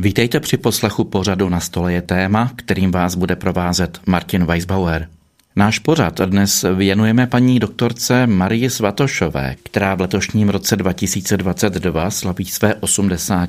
Vítejte při poslechu pořadu Na stole je téma, kterým vás bude provázet Martin Weisbauer. Náš pořad dnes věnujeme paní doktorce Marii Svatošové, která v letošním roce 2022 slaví své 80.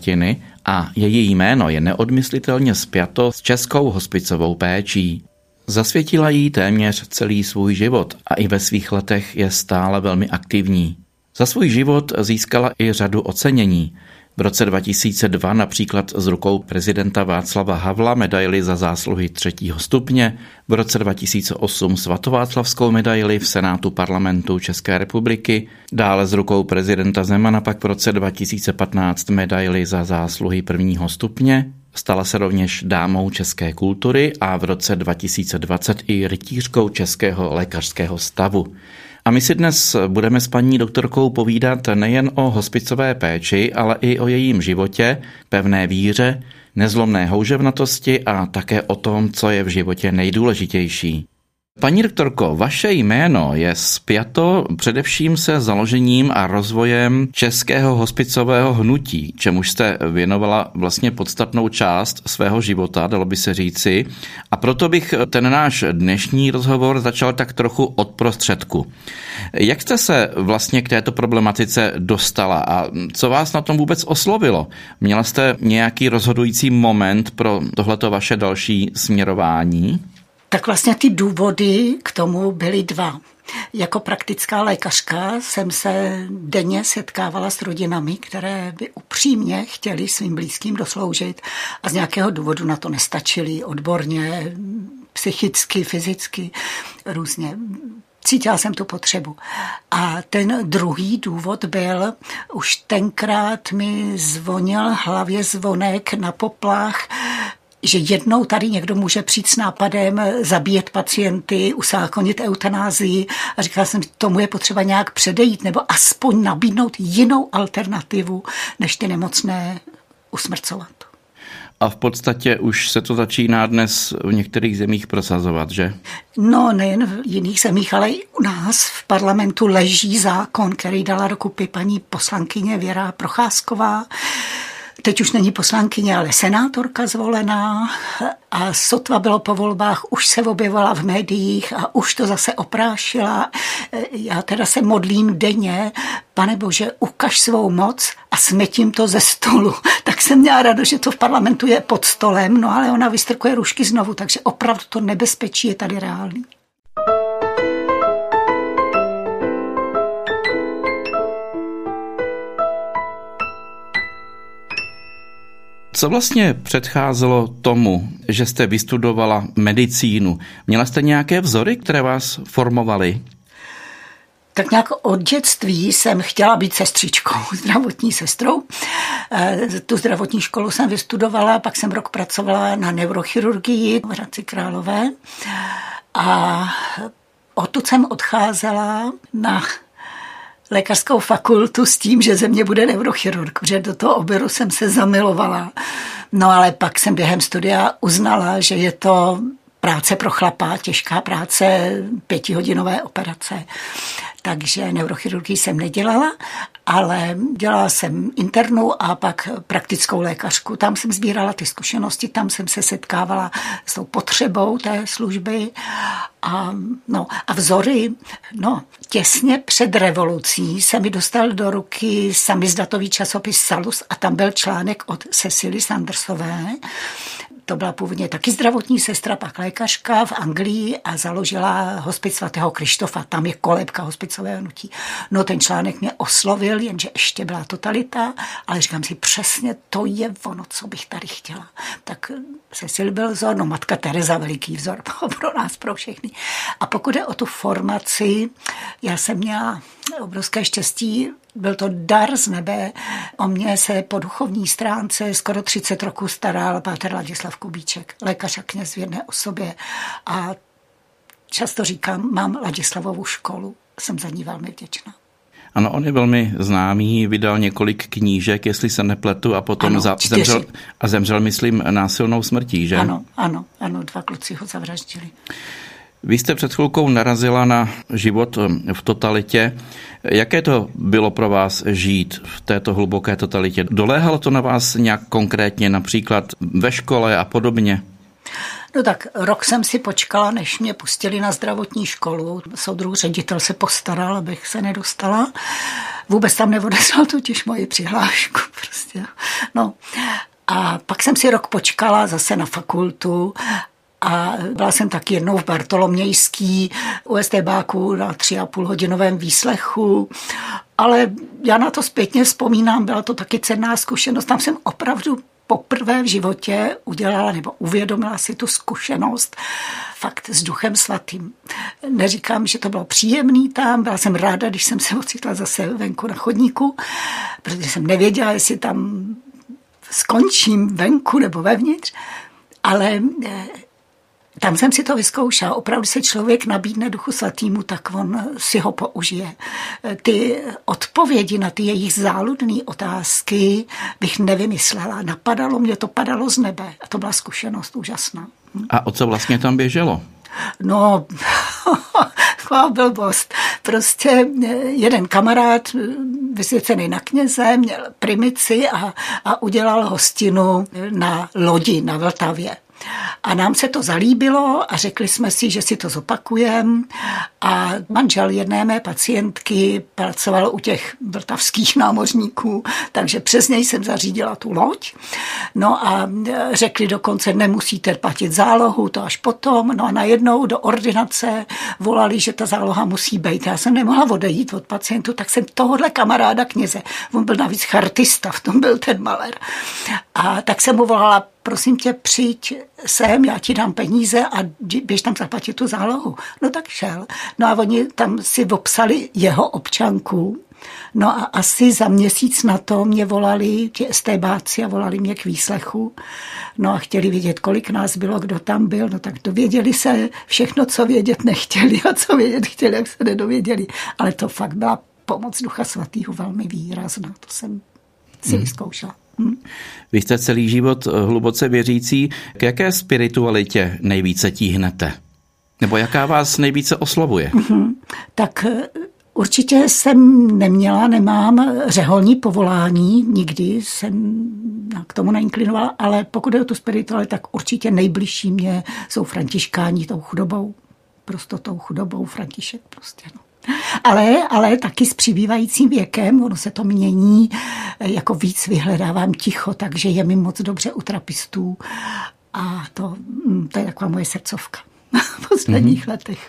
a její jméno je neodmyslitelně spjato s českou hospicovou péčí. Zasvětila jí téměř celý svůj život a i ve svých letech je stále velmi aktivní. Za svůj život získala i řadu ocenění. V roce 2002 například z rukou prezidenta Václava Havla medaili za zásluhy 3. stupně, v roce 2008 svatováclavskou medaili v Senátu Parlamentu České republiky, dále z rukou prezidenta Zemana pak v roce 2015 medaili za zásluhy 1. stupně, stala se rovněž dámou české kultury a v roce 2020 i rytířkou Českého lékařského stavu. A my si dnes budeme s paní doktorkou povídat nejen o hospicové péči, ale i o jejím životě, pevné víře, nezlomné houževnatosti a také o tom, co je v životě nejdůležitější. Paní doktorko, vaše jméno je spjato především se založením a rozvojem českého hospicového hnutí, čemuž jste věnovala vlastně podstatnou část svého života, dalo by se říci. A proto bych ten náš dnešní rozhovor začal tak trochu od prostředku. Jak jste se vlastně k této problematice dostala a co vás na tom vůbec oslovilo? Měla jste nějaký rozhodující moment pro tohleto vaše další směrování? Tak vlastně ty důvody k tomu byly dva. Jako praktická lékařka jsem se denně setkávala s rodinami, které by upřímně chtěli svým blízkým dosloužit a z nějakého důvodu na to nestačili odborně, psychicky, fyzicky, různě. Cítila jsem tu potřebu. A ten druhý důvod byl, už tenkrát mi zvonil hlavě zvonek na poplach, že jednou tady někdo může přijít s nápadem zabíjet pacienty, uzákonit eutanázii a říkala jsem, tomu je potřeba nějak předejít nebo aspoň nabídnout jinou alternativu, než ty nemocné usmrcovat. A v podstatě už se to začíná dnes v některých zemích prosazovat, že? No, nejen v jiných zemích, ale i u nás v parlamentu leží zákon, který dala dokupy paní poslankyně Věra Procházková. Teď už není poslankyně, ale senátorka zvolená a sotva bylo po volbách, už se objevovala v médiích a už to zase oprášila. Já teda se modlím denně, Pane Bože, ukaž svou moc a smetím to ze stolu. Tak jsem měla radost, že to v parlamentu je pod stolem, no ale ona vystrkuje rušky znovu, takže opravdu to nebezpečí je tady reálný. Co vlastně předcházelo tomu, že jste vystudovala medicínu? Měla jste nějaké vzory, které vás formovaly? Tak nějak od dětství jsem chtěla být sestřičkou, zdravotní sestrou. Tu zdravotní školu jsem vystudovala, pak jsem rok pracovala na neurochirurgii v Hradci Králové a odtud jsem odcházela na lékařskou fakultu s tím, že ze mě bude neurochirurg, protože do toho oboru jsem se zamilovala. No ale pak jsem během studia uznala, že je to práce pro chlapa, těžká práce, 5hodinové operace. Takže neurochirurgii jsem nedělala, ale dělala jsem internu a pak praktickou lékařku. Tam jsem sbírala ty zkušenosti, tam jsem se setkávala s tou potřebou té služby a vzory. No, těsně před revolucí se mi dostal do ruky samizdatový časopis Salus a tam byl článek od Cecily Sandersové. To byla původně taky zdravotní sestra, pak lékařka v Anglii a založila hospic svatého Krištofa. Tam je kolébka hospicového hnutí. No ten článek mě oslovil, jenže ještě byla totalita, ale říkám si, přesně to je ono, co bych tady chtěla. Tak Cecil byl vzor, no matka Tereza veliký vzor pro nás, pro všechny. A pokud je o tu formaci, já jsem měla obrovské štěstí, byl to dar z nebe. O mě se po duchovní stránce skoro 30 roků staral páter Ladislav Kubíček, lékař a kněz v jedné osobě. A často říkám, mám Ladislavovu školu, jsem za ní velmi vděčná. Ano, on je velmi známý, vydal několik knížek, jestli se nepletu, a potom zemřel, myslím, násilnou smrtí, že? Ano, 2 kluci ho zavraždili. Vy jste před chvilkou narazila na život v totalitě. Jaké to bylo pro vás žít v této hluboké totalitě? Doléhalo to na vás nějak konkrétně, například ve škole a podobně? No tak rok jsem si počkala, než mě pustili na zdravotní školu. Soudruh ředitel se postaral, abych se nedostala. Vůbec tam neodezval totiž moji přihlášku. Prostě. No. A pak jsem si rok počkala zase na fakultu a byla jsem taky jednou v Bartolomějský u StBáku na 3,5hodinovém výslechu, ale já na to zpětně vzpomínám, byla to taky cenná zkušenost. Tam jsem opravdu poprvé v životě udělala nebo uvědomila si tu zkušenost fakt s Duchem Svatým. Neříkám, že to bylo příjemný tam, byla jsem ráda, když jsem se ocitla zase venku na chodníku, protože jsem nevěděla, jestli tam skončím venku nebo vevnitř, ale tam jsem si to vyzkoušela. Opravdu se člověk nabídne Duchu Svatýmu, tak on si ho použije. Ty odpovědi na ty jejich záludné otázky bych nevymyslela. Napadalo mě, to padalo z nebe. A to byla zkušenost úžasná. A o co vlastně tam běželo? No, taková blbost. Prostě jeden kamarád, vysvěcený na kněze, měl primici a udělal hostinu na lodi na Vltavě. A nám se to zalíbilo a řekli jsme si, že si to zopakujeme. A manžel jedné mé pacientky pracoval u těch vltavských námořníků, takže přes něj jsem zařídila tu loď. No a řekli dokonce, nemusíte platit zálohu, to až potom. No a najednou do ordinace volali, že ta záloha musí být. Já jsem nemohla odejít od pacientu, tak jsem tohohle kamaráda kněze, on byl navíc chartista, v tom byl ten malér. A tak jsem mu volala, prosím tě, přijď sem, já ti dám peníze a běž tam zaplatit tu zálohu. No tak šel. No a oni tam si opsali jeho občanku. No a asi za měsíc na to mě volali ti StBáci a volali mě k výslechu. No a chtěli vědět, kolik nás bylo, kdo tam byl. No tak dověděli se všechno, co vědět nechtěli a co vědět chtěli, jak se nedověděli. Ale to fakt byla pomoc Ducha Svatého velmi výrazná. To jsem si vyzkoušela. Vy jste celý život hluboce věřící. K jaké spiritualitě nejvíce tíhnete? Nebo jaká vás nejvíce oslovuje? Tak určitě jsem nemám řeholní povolání, nikdy jsem k tomu neinklinovala, ale pokud je o tu spiritualitu, tak určitě nejbližší mě jsou františkáni tou chudobou. Prostotou chudobou František prostě, no. Ale taky s přibývajícím věkem, ono se to mění, jako víc vyhledávám ticho, takže je mi moc dobře u trapistů a to je taková moje srdcovka v posledních letech.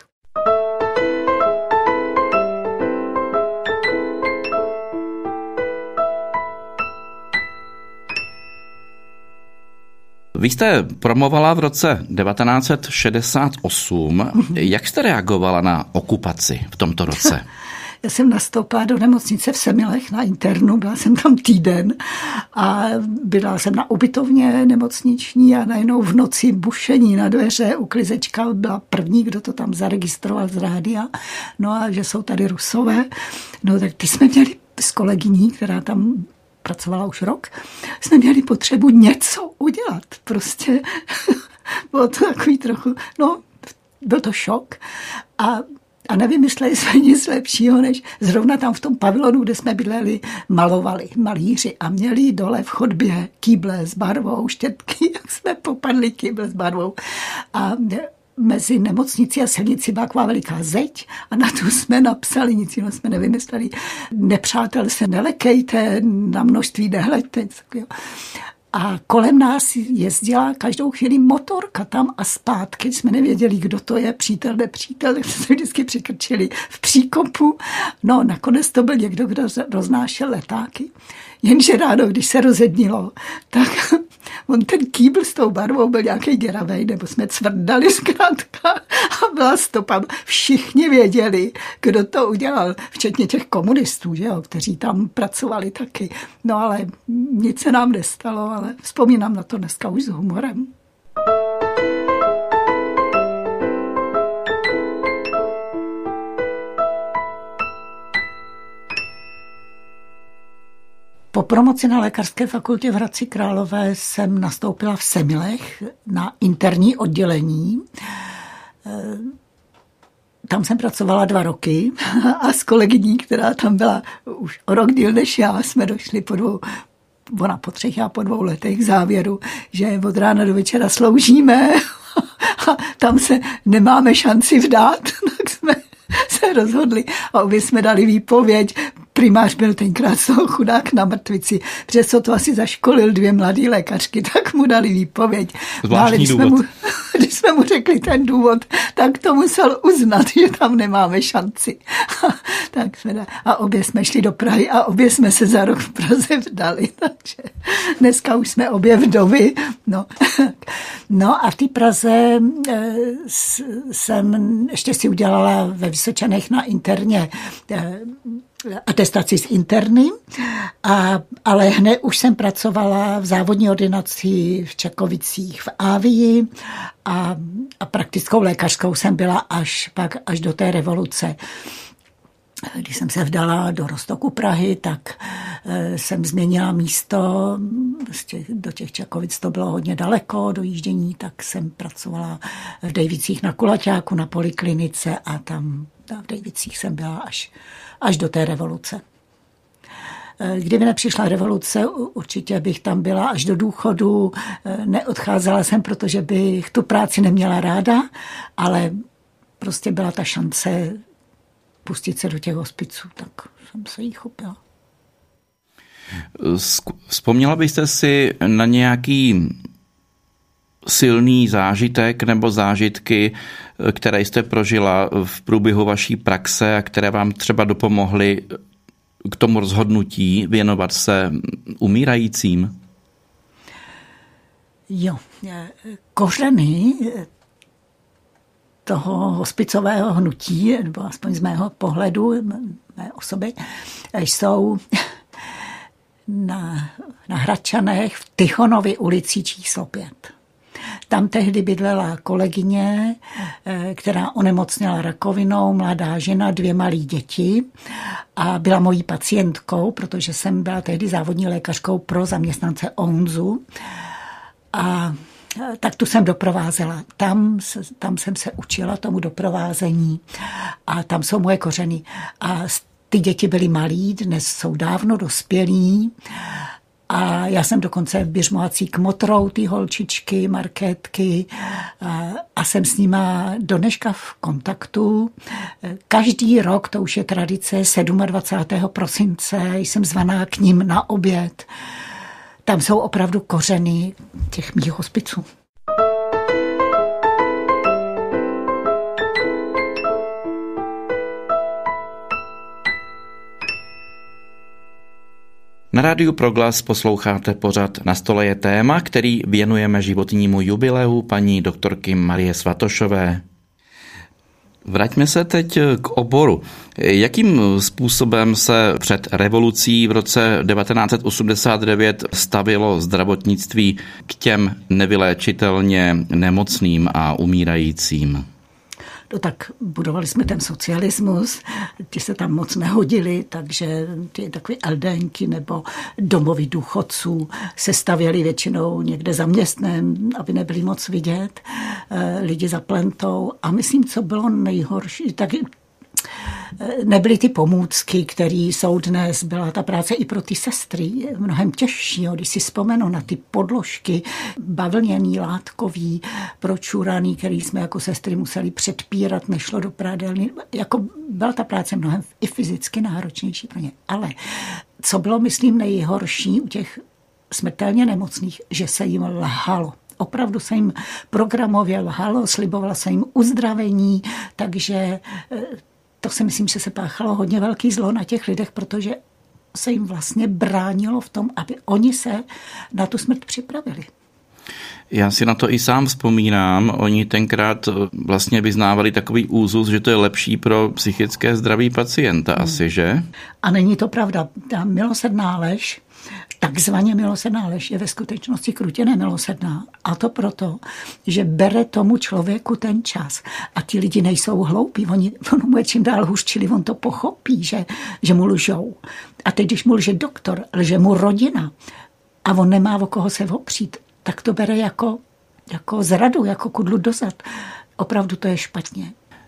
Vy jste promovala v roce 1968. Jak jste reagovala na okupaci v tomto roce? Já jsem nastoupila do nemocnice v Semilech na internu, byla jsem tam týden a byla jsem na ubytovně nemocniční a najednou v noci bušení na dveře, uklizečka byla první, kdo to tam zaregistroval z rádia, no a že jsou tady Rusové. No tak ty jsme měli s kolegyní, která tam pracovala už rok, jsme měli potřebu něco udělat. Prostě bylo to takový trochu, no, byl to šok a nevymysleli jsme nic lepšího, než zrovna tam v tom pavilonu, kde jsme bydleli, malovali malíři a měli dole v chodbě kýble s barvou, štětky, jak jsme popadli kýble s barvou a mezi nemocnicí a silnici byla taková veliká zeď a na tu jsme napsali, nic jiného jsme nevymysleli. Nepřátel se nelekejte, na množství nehleďte. A kolem nás jezdila každou chvíli motorka tam a zpátky. Jsme nevěděli, kdo to je, přítel, nepřítel, tak jsme vždycky přikrčili v příkopu. No, nakonec to byl někdo, kdo roznášel letáky. Jenže ráno, když se rozednilo, tak on ten kýbl s tou barvou byl nějaký děravej, nebo jsme cvrdali zkrátka a byla stopa. Všichni věděli, kdo to udělal, včetně těch komunistů, že jo, kteří tam pracovali taky. No ale nic se nám nestalo, ale vzpomínám na to dneska už s humorem. Po promoci na lékařské fakultě v Hradci Králové jsem nastoupila v Semilech na interní oddělení. tam jsem pracovala 2 roky a s kolegyní, která tam byla už o rok díl než já, jsme došli ona po 3, já po 2 letech k závěru, že od rána do večera sloužíme a tam se nemáme šanci vdát, tak jsme se rozhodli a obě jsme dali výpověď. Primář byl tenkrát z toho chudák na mrtvici, protože se to asi zaškolil 2 mladý lékařky, tak mu dali výpověď. Zvláštní důvod. Když jsme mu řekli ten důvod, tak to musel uznat, že tam nemáme šanci. A obě jsme šli do Prahy a obě jsme se za rok v Praze vdali. Takže dneska už jsme obě vdovy. No a v té Praze jsem ještě si udělala ve Vysočanech na interně atestaci z interny, ale hned už jsem pracovala v závodní ordinaci v Čakovicích v Avii a praktickou lékařskou jsem byla až do té revoluce. Když jsem se vdala do Roztoku Prahy, tak jsem změnila místo, do těch Čakovic to bylo hodně daleko, dojíždění, tak jsem pracovala v Dejvicích na Kulaťáku, na poliklinice a tam v Dejvicích jsem byla až do té revoluce. Kdyby nepřišla revoluce, určitě bych tam byla až do důchodu. Neodcházela jsem, protože bych tu práci neměla ráda, ale prostě byla ta šance pustit se do těch hospiců, tak jsem se jí chopila. Vzpomněla byste si na nějaký silný zážitek nebo zážitky, které jste prožila v průběhu vaší praxe a které vám třeba dopomohly k tomu rozhodnutí věnovat se umírajícím? Jo, kořeny toho hospicového hnutí, nebo aspoň z mého pohledu, mé osoby, jsou na Hradčanech v Tychonově ulici číslo 5. Tam tehdy bydlela kolegyně, která onemocněla rakovinou, mladá žena, 2 malí děti a byla mojí pacientkou, protože jsem byla tehdy závodní lékařkou pro zaměstnance ONZu a tak tu jsem doprovázela. Tam jsem se učila tomu doprovázení a tam jsou moje kořeny. A ty děti byly malí, dnes jsou dávno dospělí a já jsem dokonce běžmovací kmotrou ty holčičky, Markétky a jsem s nima do dneška v kontaktu. Každý rok, to už je tradice, 27. prosince jsem zvaná k nim na oběd. Tam jsou opravdu kořeny těch mých hospiců. Na Rádiu Proglas posloucháte pořad Na stole je téma, který věnujeme životnímu jubileu paní doktorky Marie Svatošové. Vraťme se teď k oboru. Jakým způsobem se před revolucí v roce 1989 stavilo zdravotnictví k těm nevyléčitelně nemocným a umírajícím? No tak budovali jsme ten socialismus, ti se tam moc nehodili, takže ty takové LDNky nebo domovy důchodců se stavěli většinou někde za městem, aby nebyli moc vidět, lidi za plentou. A myslím, co bylo nejhorší, tak nebyly ty pomůcky, které jsou dnes, byla ta práce i pro ty sestry mnohem těžší, když si vzpomenu na ty podložky bavlněný, látkový, pročuraný, který jsme jako sestry museli předpírat, nešlo do prádelny. Jako byla ta práce mnohem i fyzicky náročnější pro ně. Ale co bylo, myslím, nejhorší u těch smrtelně nemocných, že se jim lhalo. Opravdu se jim programově lhalo, slibovalo se jim uzdravení, takže to si myslím, že se páchalo hodně velký zlo na těch lidech, protože se jim vlastně bránilo v tom, aby oni se na tu smrt připravili. Já si na to i sám vzpomínám. Oni tenkrát vlastně vyznávali takový úzus, že to je lepší pro psychické zdraví pacienta asi, že? A není to pravda. Ta milosrdná lež, takzvaně milosrdná lež, je ve skutečnosti krutě nemilosrdná. A to proto, že bere tomu člověku ten čas. A ti lidi nejsou hloupí. On mu je čím dál hůř, čili on to pochopí, že mu lžou. A teď, když mu lže doktor, lže mu rodina a on nemá o koho se opřít, tak to bere jako zradu, jako kudlu dozad. Opravdu to je špatně.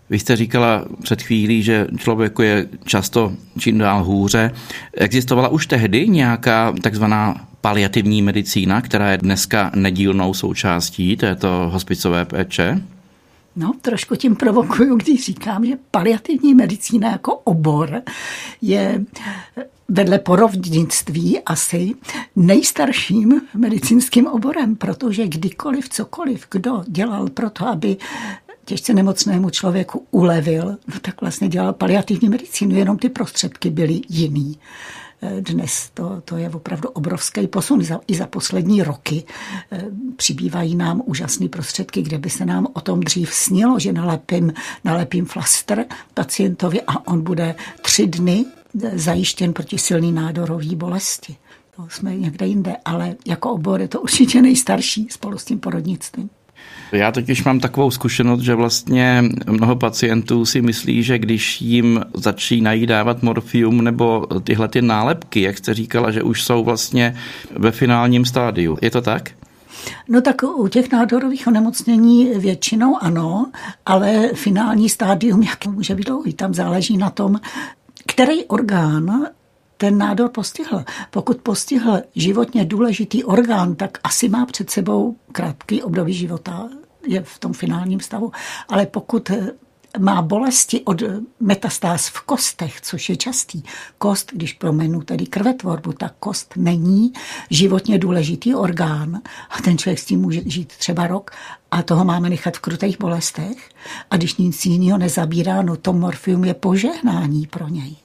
Vy jste říkala před chvílí, že člověku je často čím dál hůře. Existovala už tehdy nějaká takzvaná paliativní medicína, která je dneska nedílnou součástí této hospicové péče? No, trošku tím provokuju, když říkám, že paliativní medicína jako obor je vedle porodnictví asi nejstarším medicínským oborem, protože kdykoliv, cokoliv, kdo dělal pro to, aby těžce nemocnému člověku ulevil, no tak vlastně dělal paliativní medicínu, jenom ty prostředky byly jiný. Dnes to je opravdu obrovský posun. I za poslední roky přibývají nám úžasné prostředky, kde by se nám o tom dřív snilo, že nalepím flastr pacientovi a on bude 3 dny zajištěn proti silný nádorové bolesti. To jsme někde jinde, ale jako obor je to určitě nejstarší spolu s tím porodnictvím. Já totiž mám takovou zkušenost, že vlastně mnoho pacientů si myslí, že když jim začínají dávat morfium nebo tyhle ty nálepky, jak jste říkala, že už jsou vlastně ve finálním stádiu. Je to tak? No tak u těch nádorových onemocnění většinou ano, ale finální stádium, jak může být dlouhý, tam záleží na tom, který orgán ten nádor postihl. Pokud postihl životně důležitý orgán, tak asi má před sebou krátký období života, je v tom finálním stavu. Ale pokud má bolesti od metastáz v kostech, což je častý, kost, když promenu tedy krvetvorbu, tak kost není životně důležitý orgán a ten člověk s tím může žít třeba rok a toho máme nechat v krutých bolestech a když nic jiného nezabírá, no to morfium je požehnání pro něj.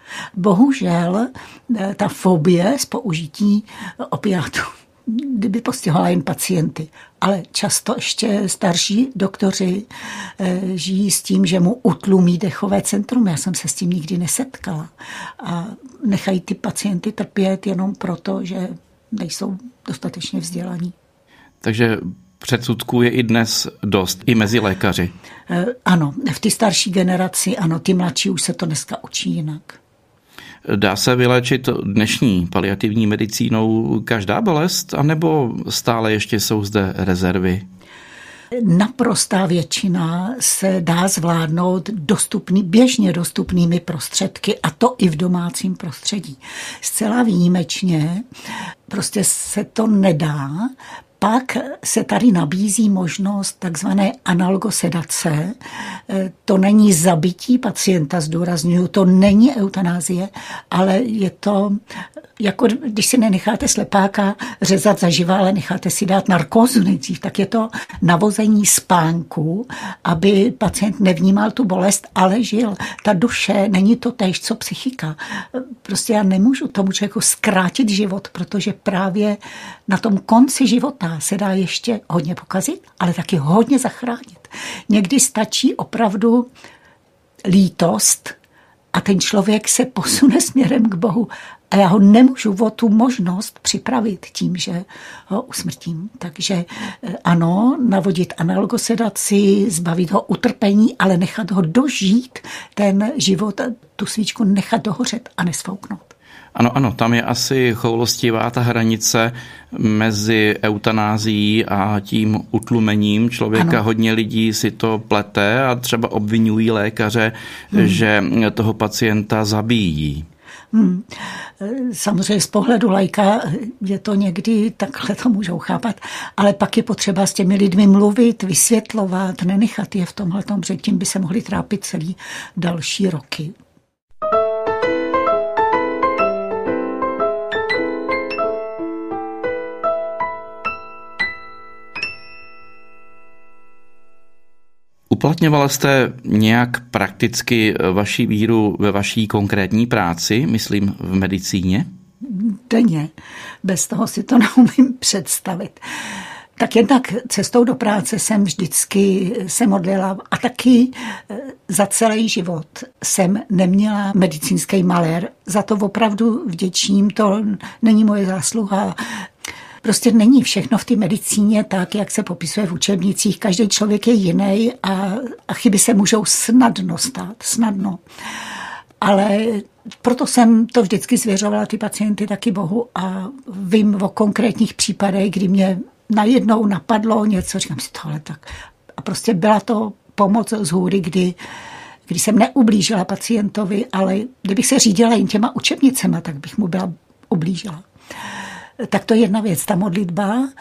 Bohužel ta fobie z použití opiátů kdyby postihovala jen pacienty, ale často ještě starší doktoři žijí s tím, že mu utlumí dechové centrum. Já jsem se s tím nikdy nesetkala a nechají ty pacienty trpět jenom proto, že nejsou dostatečně vzdělaní. Takže předsudků je i dnes dost, i mezi lékaři. Ano, v té starší generaci, ano, ty mladší už se to dneska učí jinak. Dá se vyléčit dnešní paliativní medicínou každá bolest, anebo stále ještě jsou zde rezervy? Naprostá většina se dá zvládnout běžně dostupnými prostředky a to i v domácím prostředí. Zcela výjimečně prostě se to nedá. Pak se tady nabízí možnost takzvané analgosedace. To není zabití pacienta, zdůrazňuju, to není eutanázie, ale je to jako když si nenecháte slepáka řezat zaživa, ale necháte si dát narkózu nejdřív, tak je to navození spánku, aby pacient nevnímal tu bolest, ale žil. Ta duše není to též, co psychika. Prostě já nemůžu tomu člověku zkrátit život, protože právě na tom konci života se dá ještě hodně pokazit, ale taky hodně zachránit. Někdy stačí opravdu lítost a ten člověk se posune směrem k Bohu a já ho nemůžu o tu možnost připravit tím, že ho usmrtím. Takže ano, navodit analgosedaci, zbavit ho utrpení, ale nechat ho dožít ten život, tu svíčku nechat dohořet a nesfouknout. Ano, tam je asi choulostivá ta hranice mezi eutanázií a tím utlumením člověka. Ano. Hodně lidí si to plete a třeba obvinují lékaře, že toho pacienta zabíjí. Samozřejmě z pohledu laika je to někdy, takhle to můžou chápat, ale pak je potřeba s těmi lidmi mluvit, vysvětlovat, nenechat je v tomhletom, protože tím by se mohli trápit celý další roky. Uplatňovala jste nějak prakticky vaši víru ve vaší konkrétní práci, myslím v medicíně? Denně. Bez toho si to neumím představit. Tak jednak cestou do práce jsem vždycky se modlila a taky za celý život jsem neměla medicínský malér. Za to opravdu vděčím, to není moje zásluha. Prostě není všechno v té medicíně tak, jak se popisuje v učebnicích. Každý člověk je jiný a chyby se můžou snadno stát. Snadno. Ale proto jsem to vždycky svěřovala ty pacienty taky Bohu a vím o konkrétních případech, kdy mě najednou napadlo něco, říkám si tohle tak. A prostě byla to pomoc z hůry, kdy jsem neublížila pacientovi, ale kdybych se řídila jen těma učebnicema, tak bych mu byla ublížila. Tak to je jedna věc, ta modlitba.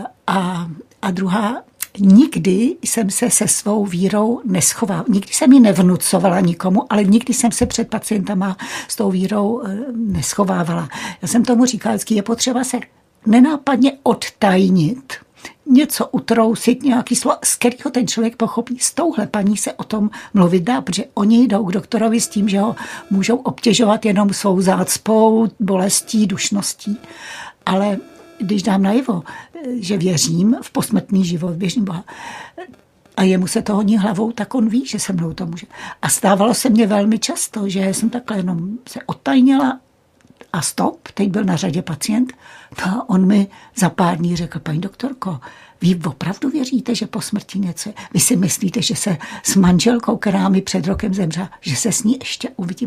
A druhá, nikdy jsem se svou vírou neschovala. Nikdy jsem ji nevnucovala nikomu, ale nikdy jsem se před pacientama s tou vírou neschovávala. Já jsem tomu říkala, že je potřeba se nenápadně odtajnit, něco utrousit, nějaký slovo, z kterého ten člověk pochopí. S touhle paní se o tom mluvit dá, protože oni jdou k doktorovi s tím, že ho můžou obtěžovat jenom svou zácpou, bolestí, dušností. Ale když dám najevo, že věřím v posmrtný život, věřím Boha, a jemu se to honí hlavou, tak on ví, že se mnou to může. A stávalo se mně velmi často, že jsem takhle jenom se odtajnila a stop, teď byl na řadě pacient, a on mi za pár dní řekl, paní doktorko, vy opravdu věříte, že po smrti něco je? Vy si myslíte, že se s manželkou, která mi před rokem zemřela, že se s ní ještě uvidím?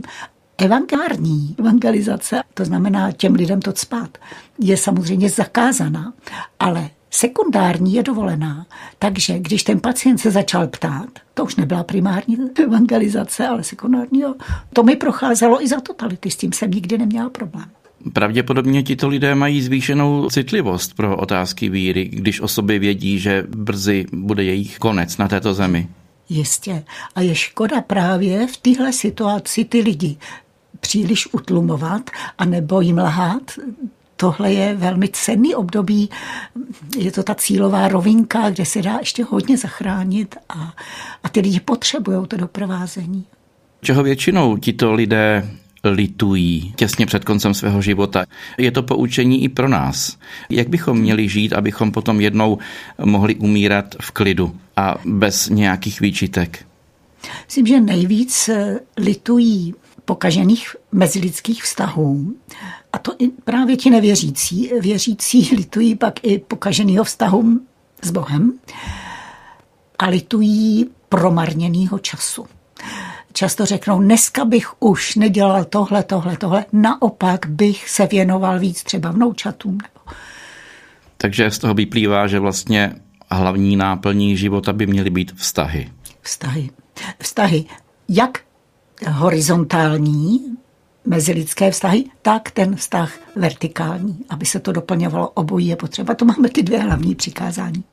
Evangelizace, to znamená těm lidem to cpát, je samozřejmě zakázaná, ale sekundární je dovolená. Takže když ten pacient se začal ptát, to už nebyla primární evangelizace, ale sekundární, to mi procházelo i za totality, s tím jsem nikdy neměla problém. Pravděpodobně tito lidé mají zvýšenou citlivost pro otázky víry, když o sobě vědí, že brzy bude jejich konec na této zemi. Jistě. A je škoda právě v téhle situaci ty lidi příliš utlumovat a nebo jim lhát. Tohle je velmi cenný období. Je to ta cílová rovinka, kde se dá ještě hodně zachránit a ty lidi potřebují to doprovázení. Čeho většinou tito lidé litují těsně před koncem svého života? Je to poučení i pro nás. Jak bychom měli žít, abychom potom jednou mohli umírat v klidu a bez nějakých výčitek? Myslím, že nejvíc litují pokažených mezilidských vztahů. A to i právě ti nevěřící. Věřící litují pak i pokaženýho vztahu s Bohem a litují promarněného času. Často řeknou, dneska bych už nedělal tohle. Naopak bych se věnoval víc třeba vnoučatům. Takže z toho vyplývá, že vlastně hlavní náplní života by měly být vztahy. Vztahy. Jak horizontální mezilidské vztahy, tak ten vztah vertikální. Aby se to doplňovalo, obojí je potřeba. To máme ty dvě hlavní přikázání.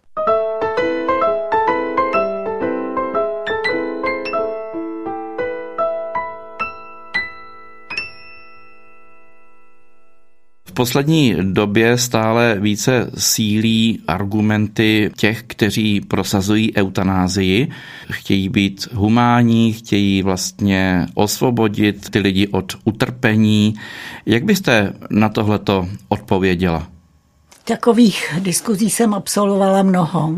V poslední době stále více sílí argumenty těch, kteří prosazují eutanázii. Chtějí být humánní, chtějí vlastně osvobodit ty lidi od utrpení. Jak byste na tohleto odpověděla? Takových diskuzí jsem absolvovala mnoho.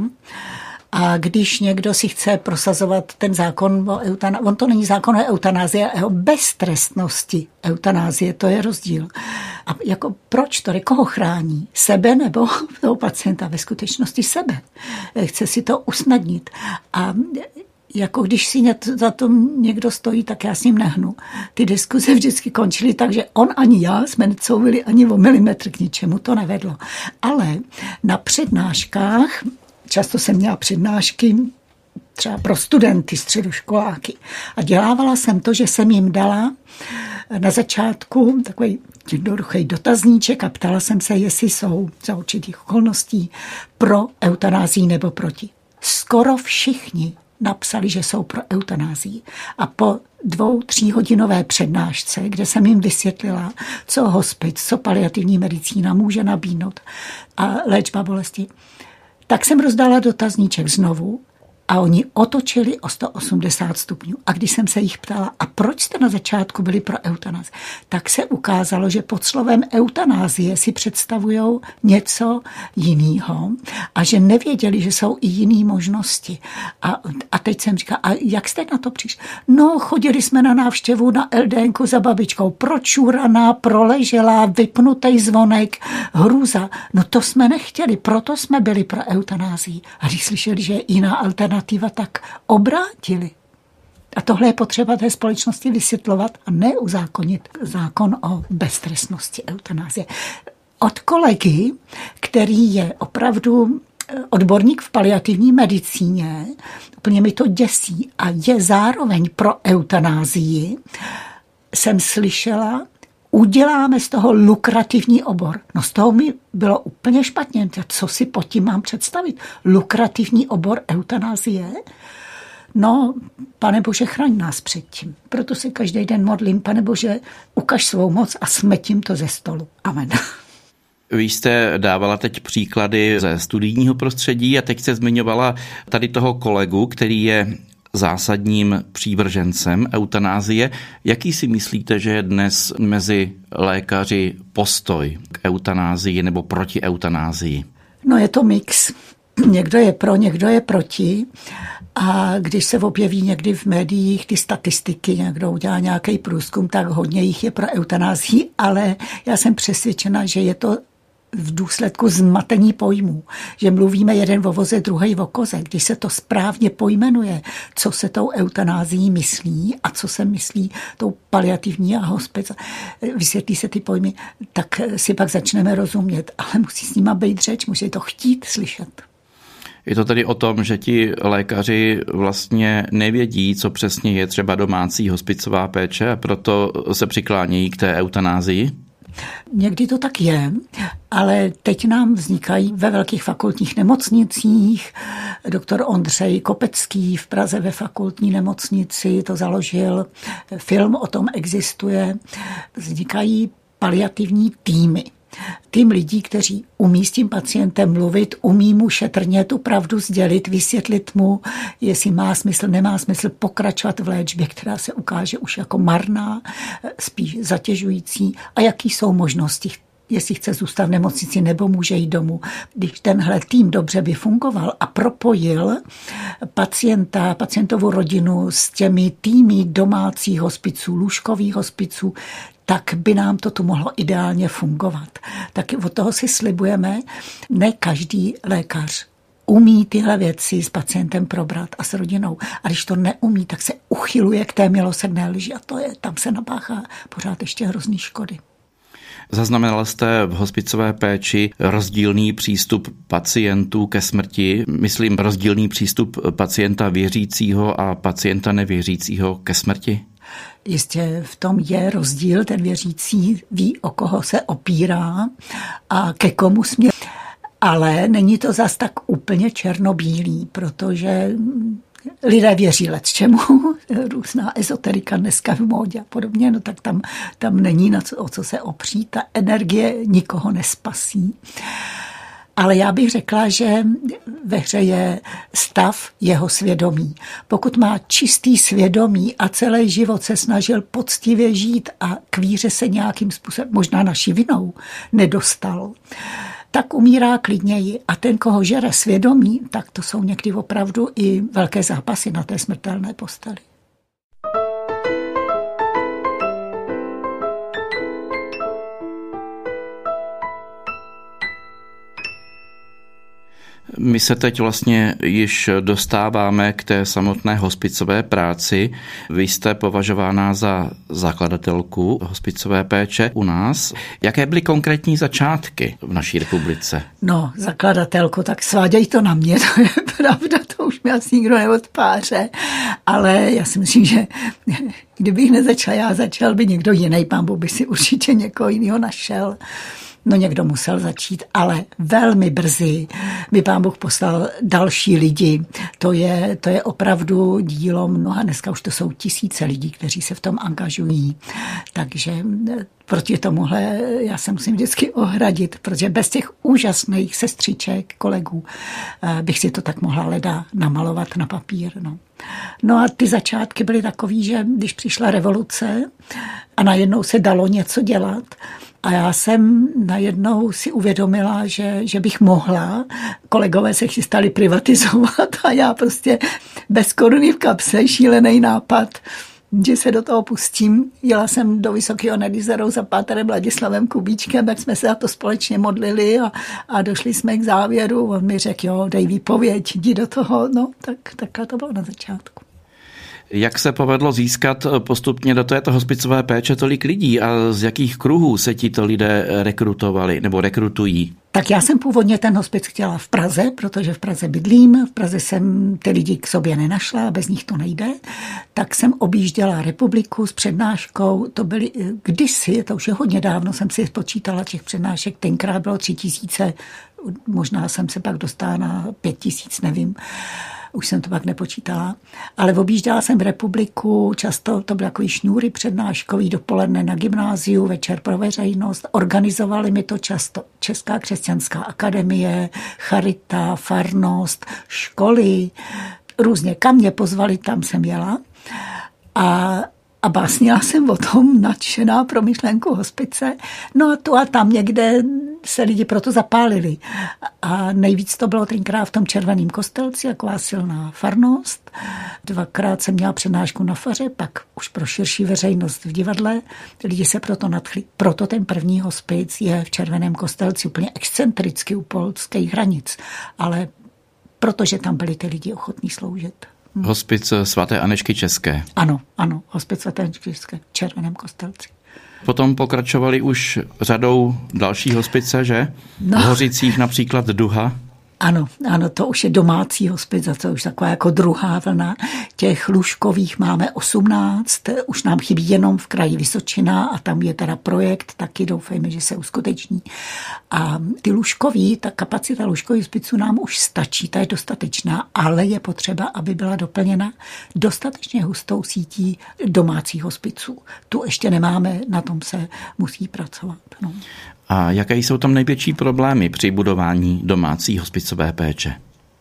A když někdo si chce prosazovat ten zákon o eutanázii, on to není zákon o eutanázii, ale o beztrestnosti eutanázie, to je rozdíl. A jako proč to, koho chrání? Sebe nebo toho pacienta? Ve skutečnosti sebe. Chce si to usnadnit. A jako když si za to někdo stojí, tak já s ním nehnu. Ty diskuze vždycky končily tak, že on ani já jsme necouvili ani o milimetr, k ničemu to nevedlo. Ale na přednáškách, často jsem měla přednášky třeba pro studenty, středoškoláky. A dělávala jsem to, že jsem jim dala na začátku takový jednoduchý dotazníček a ptala jsem se, jestli jsou za určitých okolností pro eutanázii nebo proti. Skoro všichni napsali, že jsou pro eutanázii. A po 2-3 hodinové přednášce, kde jsem jim vysvětlila, co hospic, co paliativní medicína může nabídnout a léčba bolesti, tak jsem rozdala dotazníček znovu a oni otočili o 180 stupňů. A když jsem se jich ptala, a proč jste na začátku byli pro eutanázii, tak se ukázalo, že pod slovem eutanázie si představujou něco jiného a že nevěděli, že jsou i jiné možnosti. A teď jsem říkala, a jak jste na to přišli? No, chodili jsme na návštěvu na LDNku za babičkou, pročuraná, proleželá, vypnutý zvonek, hrůza. No to jsme nechtěli, proto jsme byli pro eutanázii. A když slyšeli, že je jiná alternativa, tak obrátili. A tohle je potřeba té společnosti vysvětlovat a ne uzákonit zákon o beztrestnosti eutanázie. Od kolegy, který je opravdu odborník v paliativní medicíně, úplně mi to děsí a je zároveň pro eutanázii, jsem slyšela, uděláme z toho lukrativní obor. No z toho mi bylo úplně špatně. Co si pod tím mám představit? Lukrativní obor eutanázie? No, Pane Bože, chraň nás před tím. Proto se každý den modlím, Pane Bože, ukaž svou moc a smetím to ze stolu. Amen. Vy jste dávala teď příklady ze studijního prostředí a teď se zmiňovala tady toho kolegu, který je zásadním přívržencem eutanázie. Jaký si myslíte, že je dnes mezi lékaři postoj k eutanázii nebo proti eutanázii? No je to mix. Někdo je pro, někdo je proti. A když se objeví někdy v médiích ty statistiky, někdo udělá nějaký průzkum, tak hodně jich je pro eutanázii, ale já jsem přesvědčena, že je to v důsledku zmatení pojmů, že mluvíme jeden o voze, druhý o koze. Když se to správně pojmenuje, co se tou eutanázií myslí a co se myslí tou paliativní a hospic, vysvětlí se ty pojmy, tak si pak začneme rozumět, ale musí s nima být řeč, musí to chtít slyšet. Je to tedy o tom, že ti lékaři vlastně nevědí, co přesně je třeba domácí hospicová péče a proto se přiklánějí k té eutanázii? Někdy to tak je, ale teď nám vznikají ve velkých fakultních nemocnicích. Doktor Ondřej Kopecký v Praze ve fakultní nemocnici to založil. Film o tom existuje. Vznikají paliativní týmy. Tým lidí, kteří umí s tím pacientem mluvit, umí mu šetrně tu pravdu sdělit, vysvětlit mu, jestli má smysl, nemá smysl pokračovat v léčbě, která se ukáže už jako marná, spíš zatěžující a jaký jsou možnosti, jestli chce zůstat v nemocnici nebo může jít domů. Když tenhle tým dobře by fungoval a propojil pacientovu rodinu s těmi týmy domácích hospiců, lůžkových hospiců, tak by nám to tu mohlo ideálně fungovat. Taky od toho si slibujeme, ne každý lékař umí tyhle věci s pacientem probrat a s rodinou. A když to neumí, tak se uchyluje k té milosrdné lži a tam se napáchá pořád ještě hrozný škody. Zaznamenal jste v hospicové péči rozdílný přístup pacientů ke smrti, myslím rozdílný přístup pacienta věřícího a pacienta nevěřícího ke smrti? Jistě v tom je rozdíl, ten věřící ví, o koho se opírá a ke komu směřuje. Ale není to zas tak úplně černobílý, protože lidé věří lecčemu, různá ezoterika dneska v módě a podobně, no tak tam není o co se opřít, ta energie nikoho nespasí. Ale já bych řekla, že ve hře je stav jeho svědomí. Pokud má čistý svědomí a celý život se snažil poctivě žít a k víře se nějakým způsobem, možná naší vinou, nedostal, tak umírá klidněji. A ten, koho žere svědomí, tak to jsou někdy opravdu i velké zápasy na té smrtelné posteli. My se teď vlastně již dostáváme k té samotné hospicové práci. Vy jste považována za zakladatelku hospicové péče u nás. Jaké byly konkrétní začátky v naší republice? No, zakladatelku, tak sváděj to na mě, to je pravda, to už mi asi nikdo neodpáře. Ale já si myslím, že kdybych nezačal já, začal by někdo jiný, Pán Bůh by si určitě někoho jiného našel. No někdo musel začít, ale velmi brzy mi Pán Bůh poslal další lidi. To je opravdu dílo mnoha, dneska už to jsou tisíce lidí, kteří se v tom angažují. Takže proti tomuhle já se musím vždycky ohradit, protože bez těch úžasných sestřiček, kolegů, bych si to tak mohla leda namalovat na papír. No a ty začátky byly takový, že když přišla revoluce a najednou se dalo něco dělat, a já jsem najednou si uvědomila, že bych mohla. Kolegové se chystali privatizovat a já prostě bez koruny v kapse, šílený nápad, že se do toho pustím. Jela jsem do Vysokého nad Jizerou za páterem Ladislavem Kubíčkem, tak jsme se za to společně modlili a došli jsme k závěru. On mi řekl, jo, dej výpověď, jdi do toho. No, takhle to bylo na začátku. Jak se povedlo získat postupně do této hospicové péče tolik lidí a z jakých kruhů se tito lidé rekrutovali nebo rekrutují? Tak já jsem původně ten hospic chtěla v Praze, protože v Praze bydlím. V Praze jsem ty lidi k sobě nenašla, bez nich to nejde. Tak jsem objížděla republiku s přednáškou. To byly kdysi, to už je hodně dávno, jsem si spočítala těch přednášek. Tenkrát bylo 3000, možná jsem se pak dostala na 5000, nevím. Už jsem to pak nepočítala, ale objížděla jsem republiku, často to byly takový šňůry přednáškový, dopoledne na gymnáziu, večer pro veřejnost. Organizovali mi to často Česká křesťanská akademie, charita, farnost, školy, různě kam mě pozvali, tam jsem jela. A básnila jsem o tom, nadšená pro myšlenku hospice. No a tu a tam někde se lidi proto zapálili. A nejvíc to bylo tenkrát v tom Červeném Kostelci, taková silná farnost. 2krát jsem měla přednášku na faře, pak už pro širší veřejnost v divadle. Lidi se proto nadchli. Proto ten první hospic je v Červeném Kostelci, úplně excentricky u polských hranic. Ale protože tam byli ty lidi ochotní sloužit. Hospic svaté Anežky České. Ano, hospic svaté Anežky České v Červeném Kostelci. Potom pokračovali už řadou další hospice, že? No. V Hořicích například Duha. Ano, to už je domácí hospic, a to už taková jako druhá vlna. Těch lůžkových máme 18, už nám chybí jenom v kraji Vysočina a tam je teda projekt, taky doufejme, že se uskuteční. A ty lůžkový, ta kapacita lůžkových hospiců nám už stačí, ta je dostatečná, ale je potřeba, aby byla doplněna dostatečně hustou sítí domácích hospiců. Tu ještě nemáme, na tom se musí pracovat. No. A jaké jsou tam největší problémy při budování domácí hospicové péče?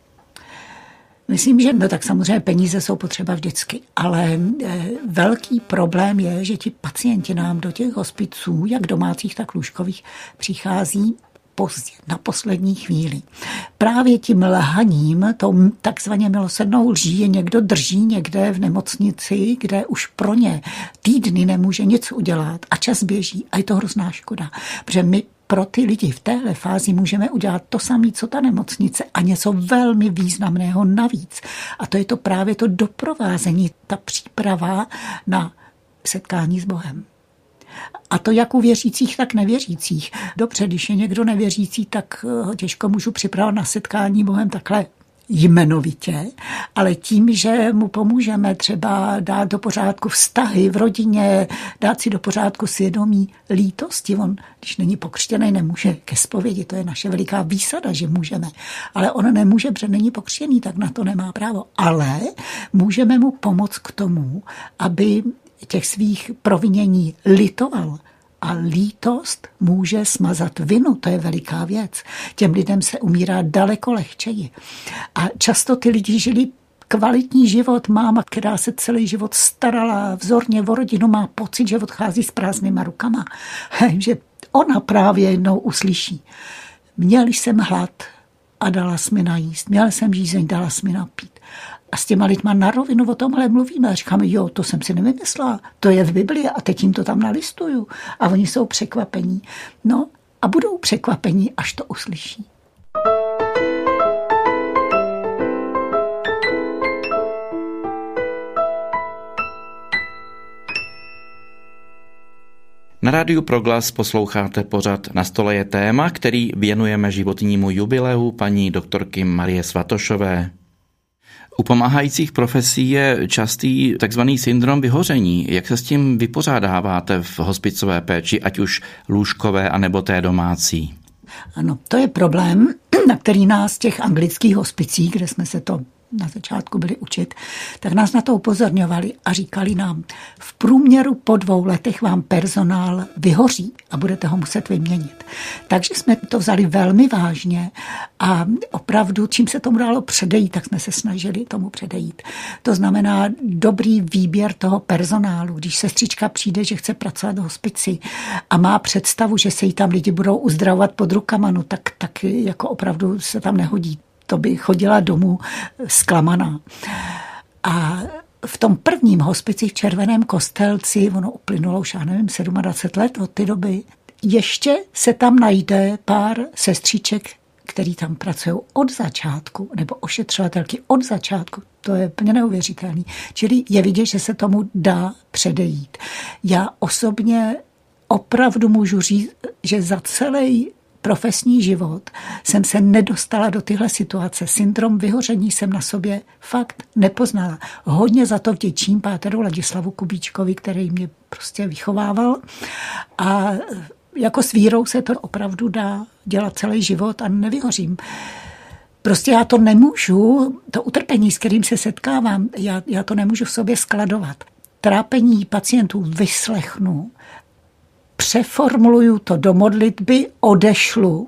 Myslím, že tak samozřejmě peníze jsou potřeba vždycky, ale velký problém je, že ti pacienti nám do těch hospiců, jak domácích, tak lůžkových, přichází pozdě, na poslední chvíli. Právě tím lhaním, tou takzvaně milosrdnou lží, je někdo drží někde v nemocnici, kde už pro ně týdny nemůže nic udělat a čas běží a je to hrozná škoda, protože my pro ty lidi v téhle fázi můžeme udělat to samé, co ta nemocnice a něco velmi významného navíc. A to je to právě to doprovázení, ta příprava na setkání s Bohem. A to jak u věřících, tak nevěřících. Dobře, když je někdo nevěřící, tak ho těžko můžu připravit na setkání Bohem takhle jmenovitě, ale tím, že mu pomůžeme třeba dát do pořádku vztahy v rodině, dát si do pořádku svědomí lítosti. On, když není pokřtěný, nemůže ke zpovědi. To je naše veliká výsada, že můžeme. Ale on nemůže, protože není pokřtěný, tak na to nemá právo. Ale můžeme mu pomoct k tomu, aby těch svých provinění litoval. A lítost může smazat vinu, to je veliká věc. Těm lidem se umírá daleko lehčeji. A často ty lidi žili kvalitní život. Máma, která se celý život starala vzorně o rodinu, má pocit, že odchází s prázdnýma rukama. Že ona právě jednou uslyší. Měl jsem hlad a dala jsi mi najíst. Měl jsem žízeň, dala jsi mi napít. A s těma lidma na rovinu o tomhle mluvíme a říkáme, jo, to jsem si nevymyslela, to je v Biblii a teď jim to tam nalistuju. A oni jsou překvapení. No a budou překvapení, až to uslyší. Na rádiu Proglas posloucháte pořad Na stole je téma, který věnujeme životnímu jubileu paní doktorky Marie Svatošové. U pomáhajících profesí je častý takzvaný syndrom vyhoření. Jak se s tím vypořádáváte v hospicové péči, ať už lůžkové, anebo té domácí? Ano, to je problém, na který nás těch anglických hospicí, kde jsme se to na začátku byli učit, tak nás na to upozorňovali a říkali nám, v průměru po 2 letech vám personál vyhoří a budete ho muset vyměnit. Takže jsme to vzali velmi vážně a opravdu, čím se tomu dalo předejít, tak jsme se snažili tomu předejít. To znamená dobrý výběr toho personálu. Když sestřička přijde, že chce pracovat v hospici a má představu, že se jí tam lidi budou uzdravovat pod rukama, no tak jako opravdu se tam nehodí. To by chodila domů zklamaná. A v tom prvním hospici v Červeném Kostelci, ono uplynulo už, 27 let od té doby, ještě se tam najde pár sestříček, který tam pracují od začátku, nebo ošetřovatelky od začátku, to je úplně neuvěřitelný. Čili je vidět, že se tomu dá předejít. Já osobně opravdu můžu říct, že za celý profesní život jsem se nedostala do tyhle situace. Syndrom vyhoření jsem na sobě fakt nepoznala. Hodně za to vděčím páteru Ladislavu Kubíčkovi, který mě prostě vychovával. A jako s vírou se to opravdu dá dělat celý život a nevyhořím. Prostě já to nemůžu, to utrpení, s kterým se setkávám, já to nemůžu v sobě skladovat. Trápení pacientů vyslechnu, přeformuluju to do modlitby, odešlu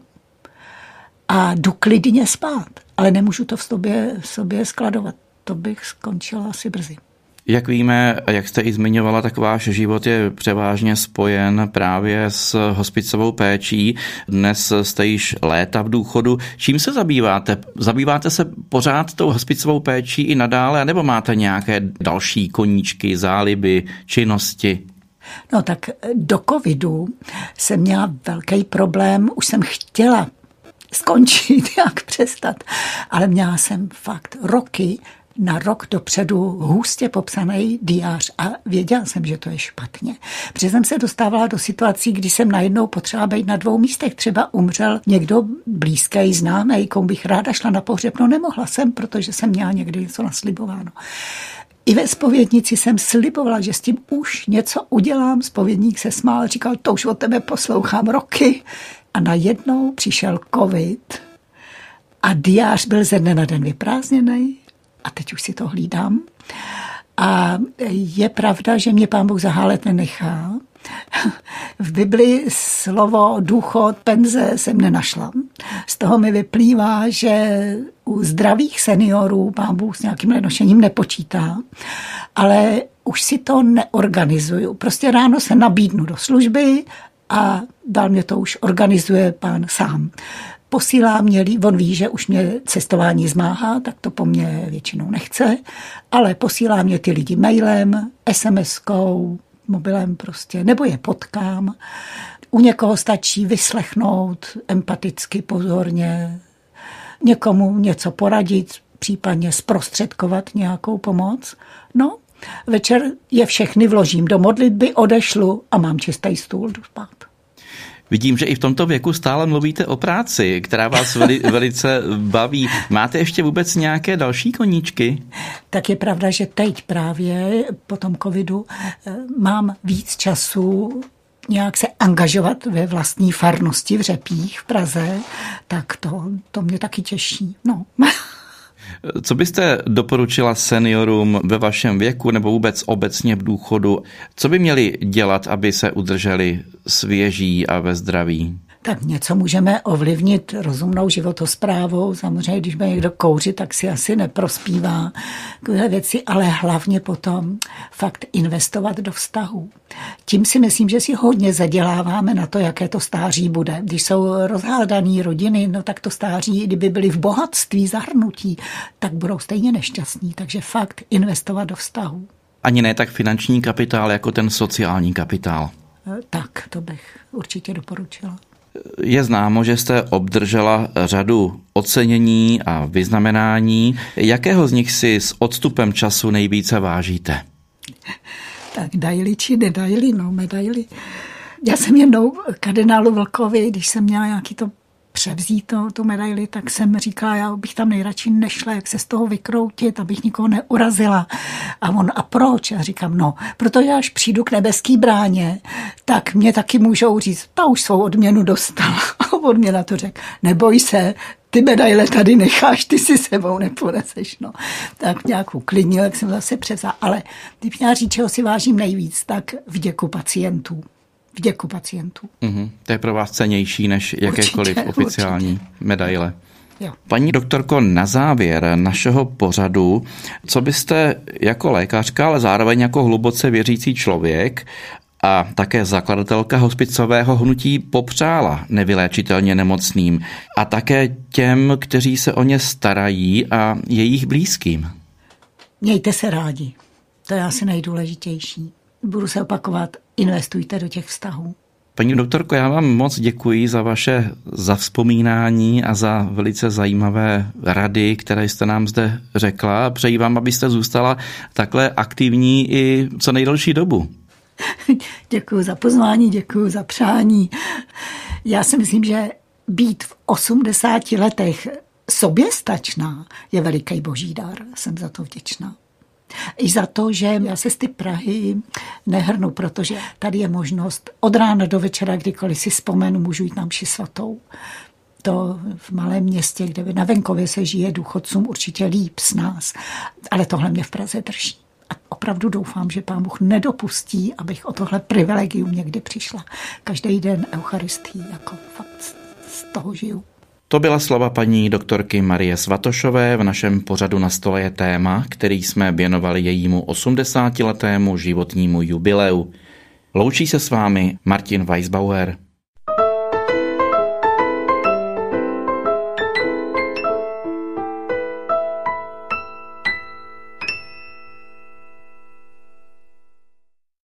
a jdu klidně spát. Ale nemůžu to v sobě skladovat. To bych skončila asi brzy. Jak víme, jak jste i zmiňovala, tak váš život je převážně spojen právě s hospicovou péčí. Dnes jste již léta v důchodu. Čím se zabýváte? Zabýváte se pořád tou hospicovou péčí i nadále, nebo máte nějaké další koníčky, záliby, činnosti? No tak do covidu jsem měla velký problém, už jsem chtěla skončit, jak přestat, ale měla jsem fakt na rok dopředu hustě popsaný diář a věděla jsem, že to je špatně. Protože jsem se dostávala do situací, kdy jsem najednou potřeba být na 2 místech. Třeba umřel někdo blízký, známý, komu bych ráda šla na pohřeb, no nemohla jsem, protože jsem měla někdy něco naslibováno. I ve zpovědnici jsem slibovala, že s tím už něco udělám. Zpovědník se smál, říkal, to už od tebe poslouchám roky. A najednou přišel covid a diář byl ze dne na den vyprázdněný a teď už si to hlídám. A je pravda, že mě Pán Bůh zahálet nenechá. V Bibli slovo důchod, penze jsem nenašla. Z toho mi vyplývá, že u zdravých seniorů Pán Bůh s nějakým lenošením nepočítá, ale už si to neorganizuju. Prostě ráno se nabídnu do služby a dál mě to už organizuje Pán sám. Posílá mě, on ví, že už mě cestování zmáhá, tak to po mně většinou nechce, ale posílá mě ty lidi mailem, SMS-kou, mobilem prostě, nebo je potkám. U někoho stačí vyslechnout empaticky, pozorně, někomu něco poradit, případně zprostředkovat nějakou pomoc. No, večer je všechny vložím do modlitby, odešlu a mám čistý stůl, jdu spát. Vidím, že i v tomto věku stále mluvíte o práci, která vás velice baví. Máte ještě vůbec nějaké další koníčky? Tak je pravda, že teď právě po tom covidu mám víc času nějak se angažovat ve vlastní farnosti v Řepích v Praze, tak to mě taky těší. No. Co byste doporučila seniorům ve vašem věku nebo vůbec obecně v důchodu? Co by měli dělat, aby se udrželi svěží a ve zdraví? Tak něco můžeme ovlivnit rozumnou životosprávou. Samozřejmě, když bude někdo kouřit, tak si asi neprospívá takové věci, ale hlavně potom fakt investovat do vztahů. Tím si myslím, že si hodně zaděláváme na to, jaké to stáří bude. Když jsou rozhádané rodiny, no tak to stáří, kdyby byly v bohatství zahrnutí, tak budou stejně nešťastní. Takže fakt investovat do vztahů. Ani ne tak finanční kapitál, jako ten sociální kapitál. Tak, to bych určitě doporučila. Je známo, že jste obdržela řadu ocenění a vyznamenání. Jakého z nich si s odstupem času nejvíce vážíte? Tak daily či nedaily, no medaily. Já jsem jednou kardinálu Vlkovi, když jsem měla nějaký to převzít tu medaili, tak jsem říkala, já bych tam nejradši nešla, jak se z toho vykroutit, abych nikoho neurazila. A on, a proč? Já říkám, no, protože až přijdu k nebeský bráně, tak mě taky můžou říct, ta už svou odměnu dostala. A on mě na to řekl, neboj se, ty medaile tady necháš, ty si sebou neponeseš. No. Tak nějak uklidnil, jak jsem zase převzala. Ale když měla říct, čeho si vážím nejvíc, tak vděku pacientů. Vděku pacientů. To je pro vás cennější než jakékoliv oficiální medaile. Jo. Paní doktorko, na závěr našeho pořadu, co byste jako lékařka, ale zároveň jako hluboce věřící člověk a také zakladatelka hospicového hnutí popřála nevyléčitelně nemocným a také těm, kteří se o ně starají a jejich blízkým? Mějte se rádi. To je asi nejdůležitější. Budu se opakovat, investujte do těch vztahů. Paní doktorko, já vám moc děkuji za vaše zavzpomínání a za velice zajímavé rady, které jste nám zde řekla. Přeji vám, abyste zůstala takhle aktivní i co nejdelší dobu. Děkuji za pozvání, děkuji za přání. Já si myslím, že být v 80 letech soběstačná je veliký boží dar. Jsem za to vděčná. I za to, že já se z ty Prahy nehrnu, protože tady je možnost od rána do večera, kdykoliv si vzpomenu, můžu jít na mši svatou. To v malém městě, kde na venkově se žije důchodcům určitě líp s nás, ale tohle mě v Praze drží. A opravdu doufám, že Pán Bůh nedopustí, abych o tohle privilegium někdy přišla. Každý den eucharistii, jako fakt z toho žiju. To byla slova paní doktorky Marie Svatošové v našem pořadu Na stole je téma, který jsme věnovali jejímu 80letému životnímu jubileu. Loučí se s vámi Martin Weisbauer.